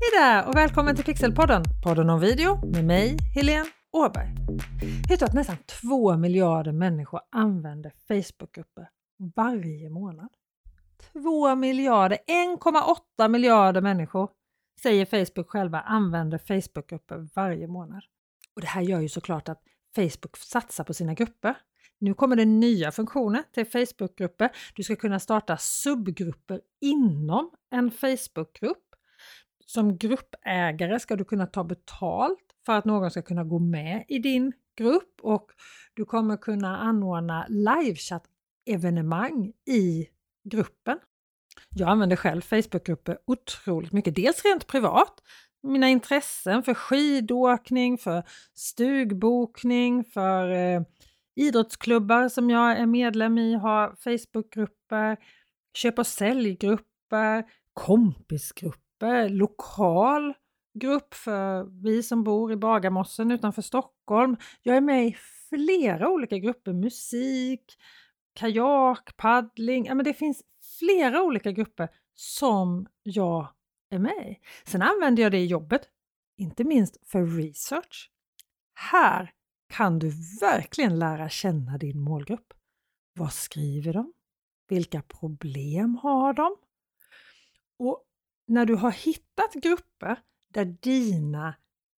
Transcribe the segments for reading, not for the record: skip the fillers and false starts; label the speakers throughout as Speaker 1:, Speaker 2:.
Speaker 1: Hej där och välkommen till Pixelpodden, podden om video med mig, Helene Åberg. Vet du att nästan 2 miljarder människor använder Facebookgrupper varje månad? 2 miljarder, 1,8 miljarder människor säger Facebook själva använder Facebookgrupper varje månad. Och det här gör ju såklart att Facebook satsar på sina grupper. Nu kommer det nya funktioner till Facebookgrupper. Du ska kunna starta subgrupper inom en Facebookgrupp. Som gruppägare ska du kunna ta betalt för att någon ska kunna gå med i din grupp, och du kommer kunna anordna livechatt-evenemang i gruppen. Jag använder själv Facebookgrupper otroligt mycket, dels rent privat, mina intressen för skidåkning, för stugbokning, för idrottsklubbar som jag är medlem i har Facebookgrupper, köp- och säljgrupper, kompisgrupper, lokal grupp för vi som bor i Bagarmossen utanför Stockholm. Jag är med i flera olika grupper, musik, kajak, paddling. Ja, men det finns flera olika grupper som jag är med i. Sen använder jag det i jobbet, inte minst för research. Här kan du verkligen lära känna din målgrupp. Vad skriver de? Vilka problem har de? Och när du har hittat grupper där dina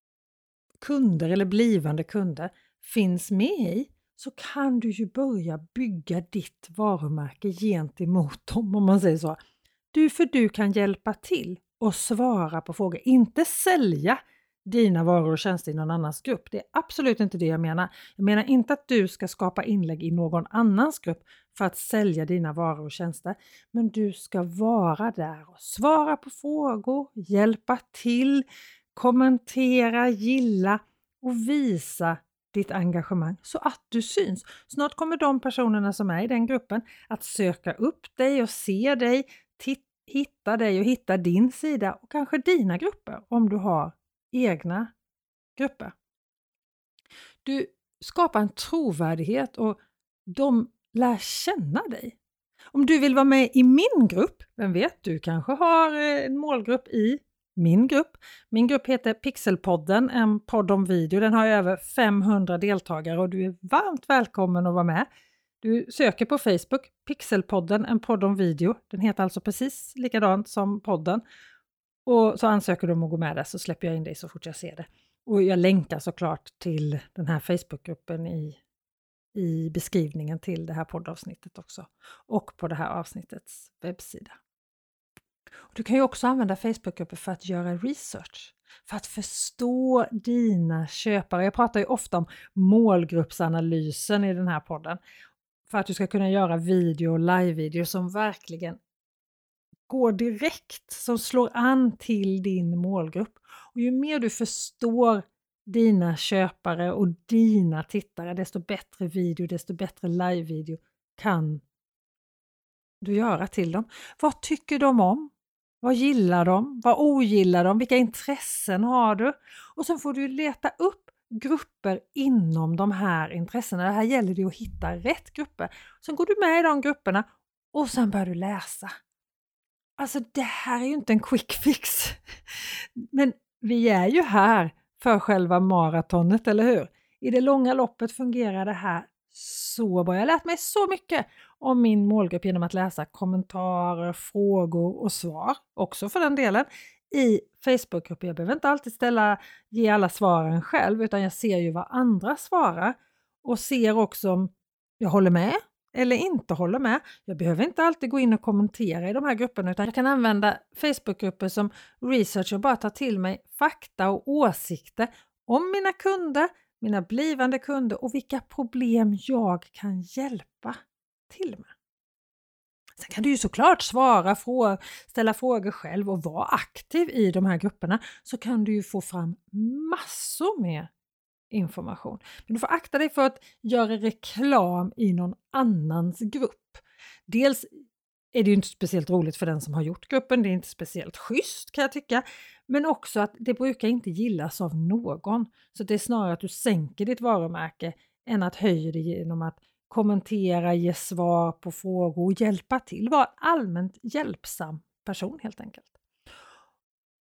Speaker 1: kunder eller blivande kunder finns med i, så kan du ju börja bygga ditt varumärke gentemot dem, om man säger så. Du kan hjälpa till och svara på frågor, inte sälja dina varor och tjänster i någon annans grupp. Det är absolut inte det jag menar. Jag menar inte att du ska skapa inlägg i någon annans grupp för att sälja dina varor och tjänster. Men du ska vara där och svara på frågor, hjälpa till, kommentera, gilla och visa ditt engagemang så att du syns. Snart kommer de personerna som är i den gruppen att söka upp dig och se dig, hitta dig och hitta din sida och kanske dina grupper om du har egna grupper. Du skapar en trovärdighet och de lär känna dig. Om du vill vara med i min grupp, vem vet, du kanske har en målgrupp i min grupp. Min grupp heter Pixelpodden, en podd om video. Den har över 500 deltagare och du är varmt välkommen att vara med. Du söker på Facebook, Pixelpodden, en podd om video. Den heter alltså precis likadant som podden. Och så ansöker du om att gå med där, så släpper jag in dig så fort jag ser det. Och jag länkar såklart till den här Facebookgruppen i beskrivningen till det här poddavsnittet också. Och på det här avsnittets webbsida. Och du kan ju också använda Facebookgrupper för att göra research. För att förstå dina köpare. Jag pratar ju ofta om målgruppsanalysen i den här podden. För att du ska kunna göra video och live-video som verkligen går direkt, som slår an till din målgrupp. Och ju mer du förstår dina köpare och dina tittare, desto bättre video, desto bättre live-video kan du göra till dem. Vad tycker de om? Vad gillar de? Vad ogillar de? Vilka intressen har du? Och sen får du leta upp grupper inom de här intressena. Det här gäller det att hitta rätt grupper. Sen går du med i de grupperna och sen börjar du läsa. Alltså det här är ju inte en quick fix. Men vi är ju här för själva maratonet, eller hur? I det långa loppet fungerar det här så bra. Jag har lärt mig så mycket om min målgrupp genom att läsa kommentarer, frågor och svar. Också för den delen i Facebookgrupper. Jag behöver inte alltid ge alla svaren själv, utan jag ser ju vad andra svarar. Och ser också om jag håller med eller inte håller med. Jag behöver inte alltid gå in och kommentera i de här grupperna, utan jag kan använda Facebookgrupper som research och bara ta till mig fakta och åsikter om mina kunder, mina blivande kunder och vilka problem jag kan hjälpa till med. Sen kan du ju såklart ställa frågor själv och vara aktiv i de här grupperna, så kan du ju få fram massor med information. Men du får akta dig för att göra reklam i någon annans grupp. Dels är det ju inte speciellt roligt för den som har gjort gruppen, det är inte speciellt schysst kan jag tycka, men också att det brukar inte gillas av någon. Så det är snarare att du sänker ditt varumärke än att höja det genom att kommentera, ge svar på frågor och hjälpa till. Var allmänt hjälpsam person helt enkelt.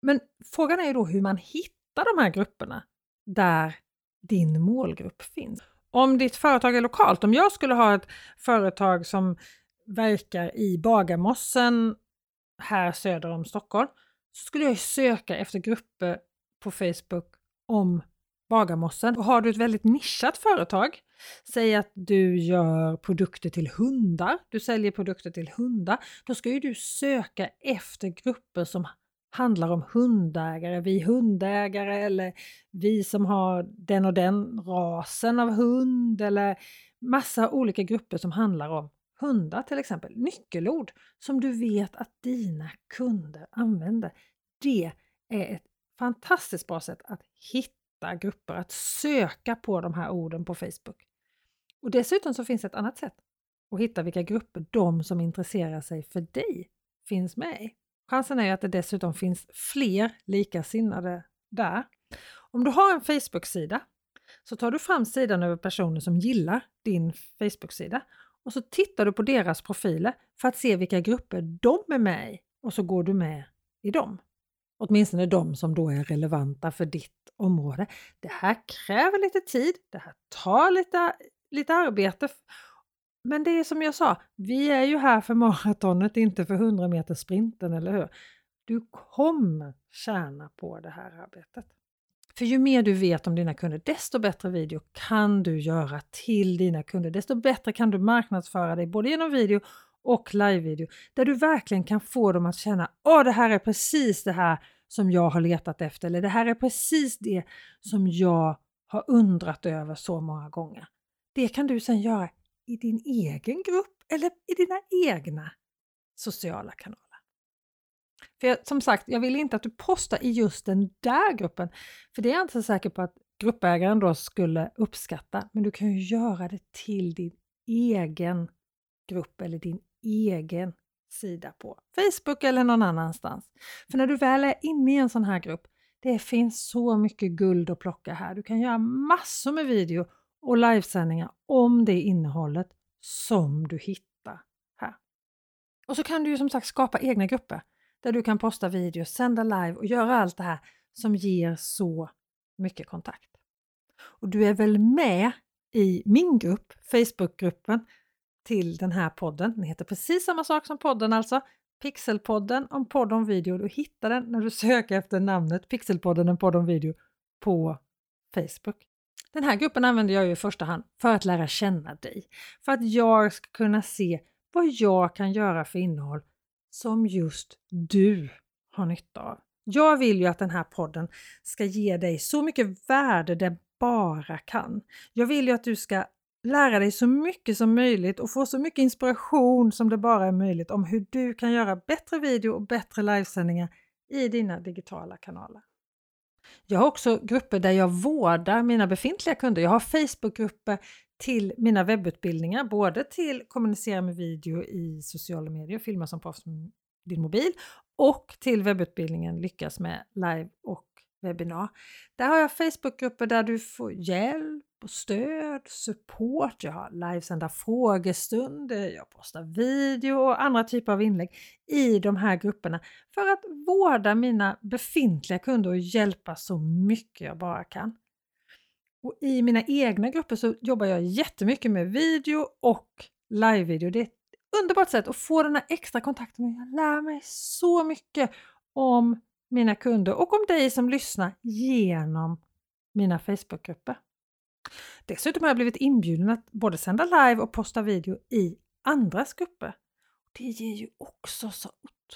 Speaker 1: Men frågan är ju då hur man hittar de här grupperna där din målgrupp finns. Om ditt företag är lokalt, om jag skulle ha ett företag som verkar i Bagarmossen här söder om Stockholm, så skulle jag söka efter grupper på Facebook om Bagarmossen. Och har du ett väldigt nischat företag, säg att du gör produkter till hundar, du säljer produkter till hundar, då ska ju du söka efter grupper som handlar om hundägare, vi hundägare eller vi som har den och den rasen av hund eller massa olika grupper som handlar om hundar till exempel. Nyckelord som du vet att dina kunder använder. Det är ett fantastiskt bra sätt att hitta grupper, att söka på de här orden på Facebook. Och dessutom så finns det ett annat sätt att hitta vilka grupper de som intresserar sig för dig finns med i. Chansen är ju att det dessutom finns fler likasinnade där. Om du har en Facebook-sida så tar du fram sidan över personer som gillar din Facebook-sida och så tittar du på deras profiler för att se vilka grupper de är med i och så går du med i dem. Åtminstone de som då är relevanta för ditt område. Det här kräver lite tid, det här tar lite arbete. Men det är som jag sa, vi är ju här för maratonet, inte för 100 meter sprinten, eller hur? Du kommer tjäna på det här arbetet. För ju mer du vet om dina kunder, desto bättre video kan du göra till dina kunder. Desto bättre kan du marknadsföra dig både genom video och live-video. Där du verkligen kan få dem att känna, det här är precis det här som jag har letat efter. Eller det här är precis det som jag har undrat över så många gånger. Det kan du sedan göra i din egen grupp eller i dina egna sociala kanaler. För som sagt, jag vill inte att du postar i just den där gruppen. För det är jag inte så säker på att gruppägaren då skulle uppskatta. Men du kan ju göra det till din egen grupp eller din egen sida på Facebook eller någon annanstans. För när du väl är inne i en sån här grupp, det finns så mycket guld att plocka här. Du kan göra massor med video och livesändningar om det innehållet som du hittar här. Och så kan du ju som sagt skapa egna grupper där du kan posta videos, sända live och göra allt det här som ger så mycket kontakt. Och du är väl med i min grupp, Facebookgruppen till den här podden. Den heter precis samma sak som podden alltså. Pixelpodden, om podd om video. Du hittar den när du söker efter namnet Pixelpodden, en podd om video på Facebook. Den här gruppen använder jag ju i första hand för att lära känna dig. För att jag ska kunna se vad jag kan göra för innehåll som just du har nytta av. Jag vill ju att den här podden ska ge dig så mycket värde det bara kan. Jag vill ju att du ska lära dig så mycket som möjligt och få så mycket inspiration som det bara är möjligt om hur du kan göra bättre video och bättre livesändningar i dina digitala kanaler. Jag har också grupper där jag vårdar mina befintliga kunder. Jag har Facebookgrupper till mina webbutbildningar, både till kommunicera med video i sociala medier, filma som proffs med din mobil, och till webbutbildningen lyckas med live och webbinar. Där har jag Facebookgrupper där du får hjälp och stöd, support, jag har livesända frågestunder, jag postar video och andra typer av inlägg i de här grupperna för att vårda mina befintliga kunder och hjälpa så mycket jag bara kan. Och i mina egna grupper så jobbar jag jättemycket med video och live-video. Det är ett underbart sätt att få den här extra kontakten och jag lär mig så mycket om mina kunder och om dig som lyssnar genom mina Facebookgrupper. Dessutom har jag blivit inbjuden att både sända live och posta video i andras grupper. Det ger ju också så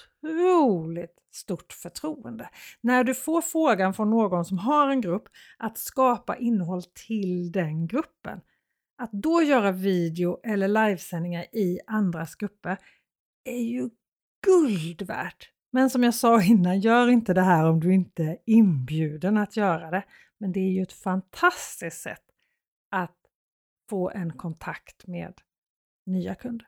Speaker 1: otroligt stort förtroende. När du får frågan från någon som har en grupp att skapa innehåll till den gruppen. Att då göra video eller livesändningar i andras grupper är ju guld värt. Men som jag sa innan, gör inte det här om du inte är inbjuden att göra det. Men det är ju ett fantastiskt sätt att få en kontakt med nya kunder.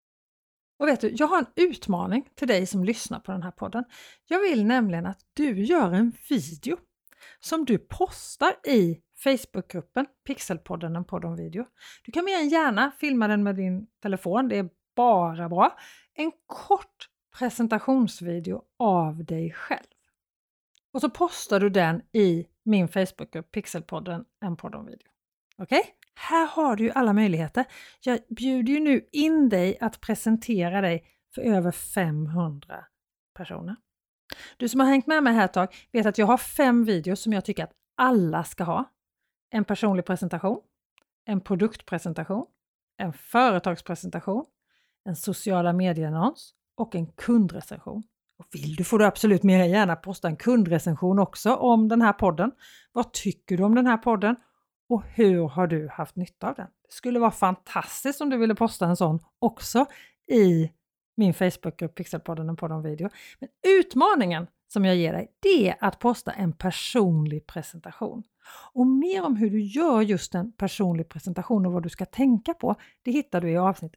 Speaker 1: Och vet du, jag har en utmaning till dig som lyssnar på den här podden. Jag vill nämligen att du gör en video som du postar i Facebookgruppen Pixelpodden, en podd om video. Du kan mer än gärna filma den med din telefon, det är bara bra. En kort presentationsvideo av dig själv. Och så postar du den i min Facebookgrupp Pixelpodden, en podd om video. Okej? Här har du ju alla möjligheter. Jag bjuder ju nu in dig att presentera dig för över 500 personer. Du som har hängt med mig här ett tag vet att jag har 5 videos som jag tycker att alla ska ha. En personlig presentation, en produktpresentation, en företagspresentation, en sociala medieannons och en kundrecension. Och vill du får du absolut mer än gärna posta en kundrecension också om den här podden. Vad tycker du om den här podden? Och hur har du haft nytta av den? Det skulle vara fantastiskt om du ville posta en sån också i min Facebookgrupp Pixelpodden, en podd om video. Men utmaningen som jag ger dig, det är att posta en personlig presentation. Och mer om hur du gör just en personlig presentation och vad du ska tänka på, det hittar du i avsnitt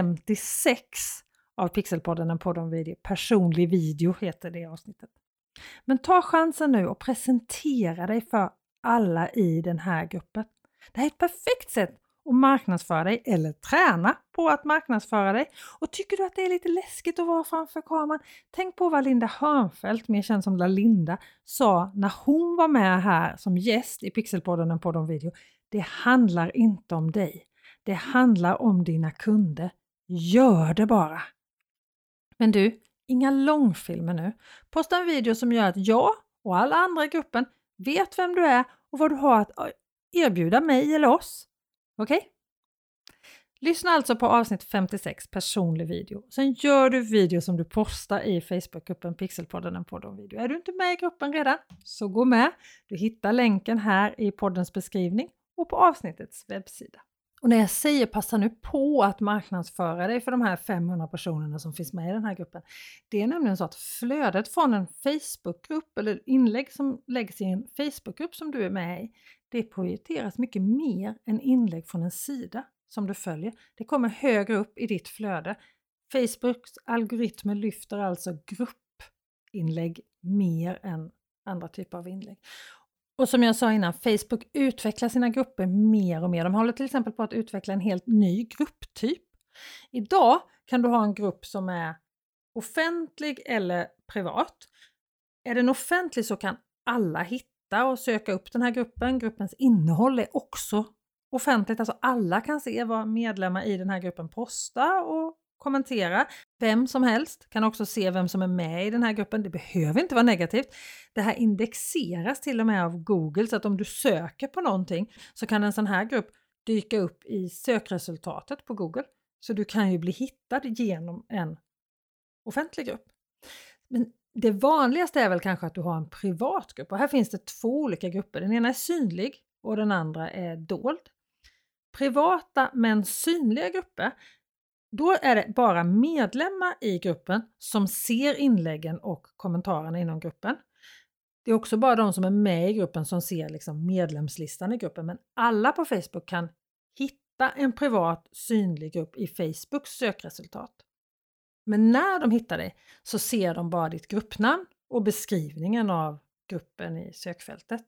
Speaker 1: 56 av Pixelpodden, en podd om video. Personlig video heter det avsnittet. Men ta chansen nu och presentera dig för alla i den här gruppen. Det här är ett perfekt sätt att marknadsföra dig eller träna på att marknadsföra dig. Och tycker du att det är lite läskigt att vara framför kameran, tänk på vad Linda Hörnfeldt, mer känd som Linda, sa när hon var med här som gäst i Pixelpodden, en podd om video. Det handlar inte om dig. Det handlar om dina kunder. Gör det bara. Men du, inga långfilmer nu. Posta en video som gör att jag och alla andra i gruppen vet vem du är och vad du har att erbjuda mig eller oss. Okej? Lyssna alltså på avsnitt 56, personlig video. Sen gör du video som du postar i Facebookgruppen Pixelpodden, en podd om video. Är du inte med i gruppen redan så gå med. Du hittar länken här i poddens beskrivning och på avsnittets webbsida. Och när jag säger passa nu på att marknadsföra dig för de här 500 personerna som finns med i den här gruppen. Det är nämligen så att flödet från en Facebookgrupp eller inlägg som läggs i en Facebookgrupp som du är med i, det prioriteras mycket mer än inlägg från en sida som du följer. Det kommer högre upp i ditt flöde. Facebooks algoritmer lyfter alltså gruppinlägg mer än andra typer av inlägg. Och som jag sa innan, Facebook utvecklar sina grupper mer och mer. De håller till exempel på att utveckla en helt ny grupptyp. Idag kan du ha en grupp som är offentlig eller privat. Är den offentlig så kan alla hitta och söka upp den här gruppen. Gruppens innehåll är också offentligt. Alltså alla kan se vad medlemmar i den här gruppen postar och kommentera. Vem som helst kan också se vem som är med i den här gruppen. Det behöver inte vara negativt. Det här indexeras till och med av Google så att om du söker på någonting så kan en sån här grupp dyka upp i sökresultatet på Google. Så du kan ju bli hittad genom en offentlig grupp. Men det vanligaste är väl kanske att du har en privat grupp och här finns det 2 olika grupper. Den ena är synlig och den andra är dold. Privata men synliga grupper, då är det bara medlemmar i gruppen som ser inläggen och kommentarerna inom gruppen. Det är också bara de som är med i gruppen som ser liksom medlemslistan i gruppen. Men alla på Facebook kan hitta en privat synlig grupp i Facebooks sökresultat. Men när de hittar dig så ser de bara ditt gruppnamn och beskrivningen av gruppen i sökfältet.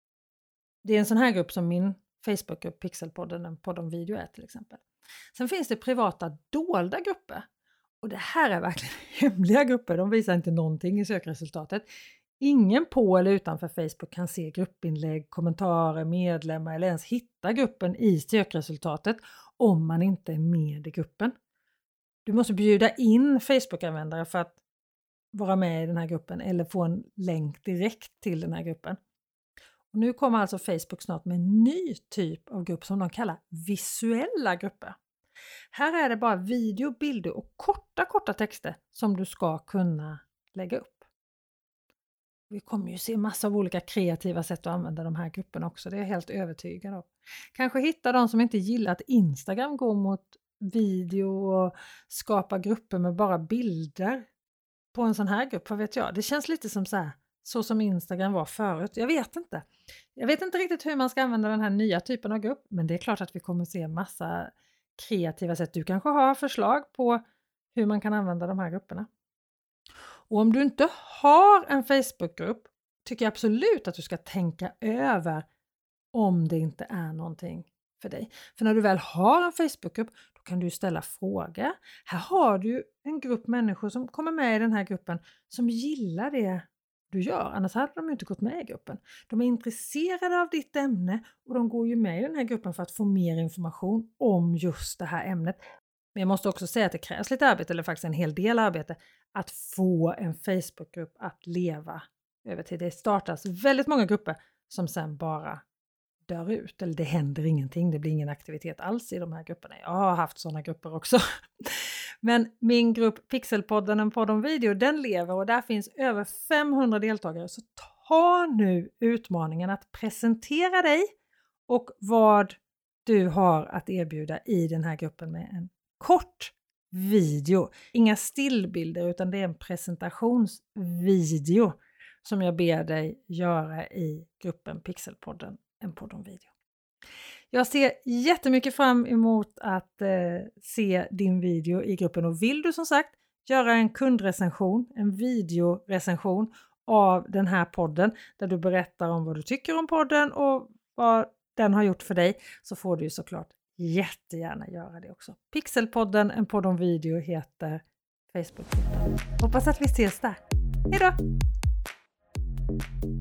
Speaker 1: Det är en sån här grupp som min Facebookgrupp Pixelpodden, en podd om video är till exempel. Sen finns det privata dolda grupper. Och det här är verkligen hemliga grupper. De visar inte någonting i sökresultatet. Ingen på eller utanför Facebook kan se gruppinlägg, kommentarer, medlemmar eller ens hitta gruppen i sökresultatet om man inte är med i gruppen. Du måste bjuda in Facebook-användare för att vara med i den här gruppen eller få en länk direkt till den här gruppen. Och nu kommer alltså Facebook snart med en ny typ av grupp som de kallar visuella grupper. Här är det bara video, bilder och korta texter som du ska kunna lägga upp. Vi kommer ju se massa av olika kreativa sätt att använda de här grupperna också, det är jag helt övertygad om. Kanske hitta de som inte gillar att Instagram går mot video och skapar grupper med bara bilder på en sån här grupp, vad vet jag. Det känns lite som så som Instagram var förut. Jag vet inte riktigt hur man ska använda den här nya typen av grupp, men det är klart att vi kommer se massa kreativa sätt. Du kanske har förslag på hur man kan använda de här grupperna. Och om du inte har en Facebookgrupp tycker jag absolut att du ska tänka över om det inte är någonting för dig. För när du väl har en Facebookgrupp då kan du ställa frågor. Här har du en grupp människor som kommer med i den här gruppen som gillar det du gör, annars hade de inte gått med i gruppen. De är intresserade av ditt ämne och de går ju med i den här gruppen för att få mer information om just det här ämnet. Men jag måste också säga att det krävs lite arbete, eller faktiskt en hel del arbete, att få en Facebookgrupp att leva över tid. Det startas väldigt många grupper som sen bara dör ut, eller det händer ingenting, det blir ingen aktivitet alls i de här grupperna. Jag har haft sådana grupper också. Men min grupp Pixelpodden, en podd om video, den lever och där finns över 500 deltagare. Så ta nu utmaningen att presentera dig och vad du har att erbjuda i den här gruppen med en kort video. Inga stillbilder, utan det är en presentationsvideo som jag ber dig göra i gruppen Pixelpodden, en podd om video. Jag ser jättemycket fram emot att se din video i gruppen, och vill du som sagt göra en kundrecension, en videorecension av den här podden där du berättar om vad du tycker om podden och vad den har gjort för dig, så får du ju såklart jättegärna göra det också. Pixelpodden, en podd om video, heter Facebook. Hoppas att vi ses där. Hej då!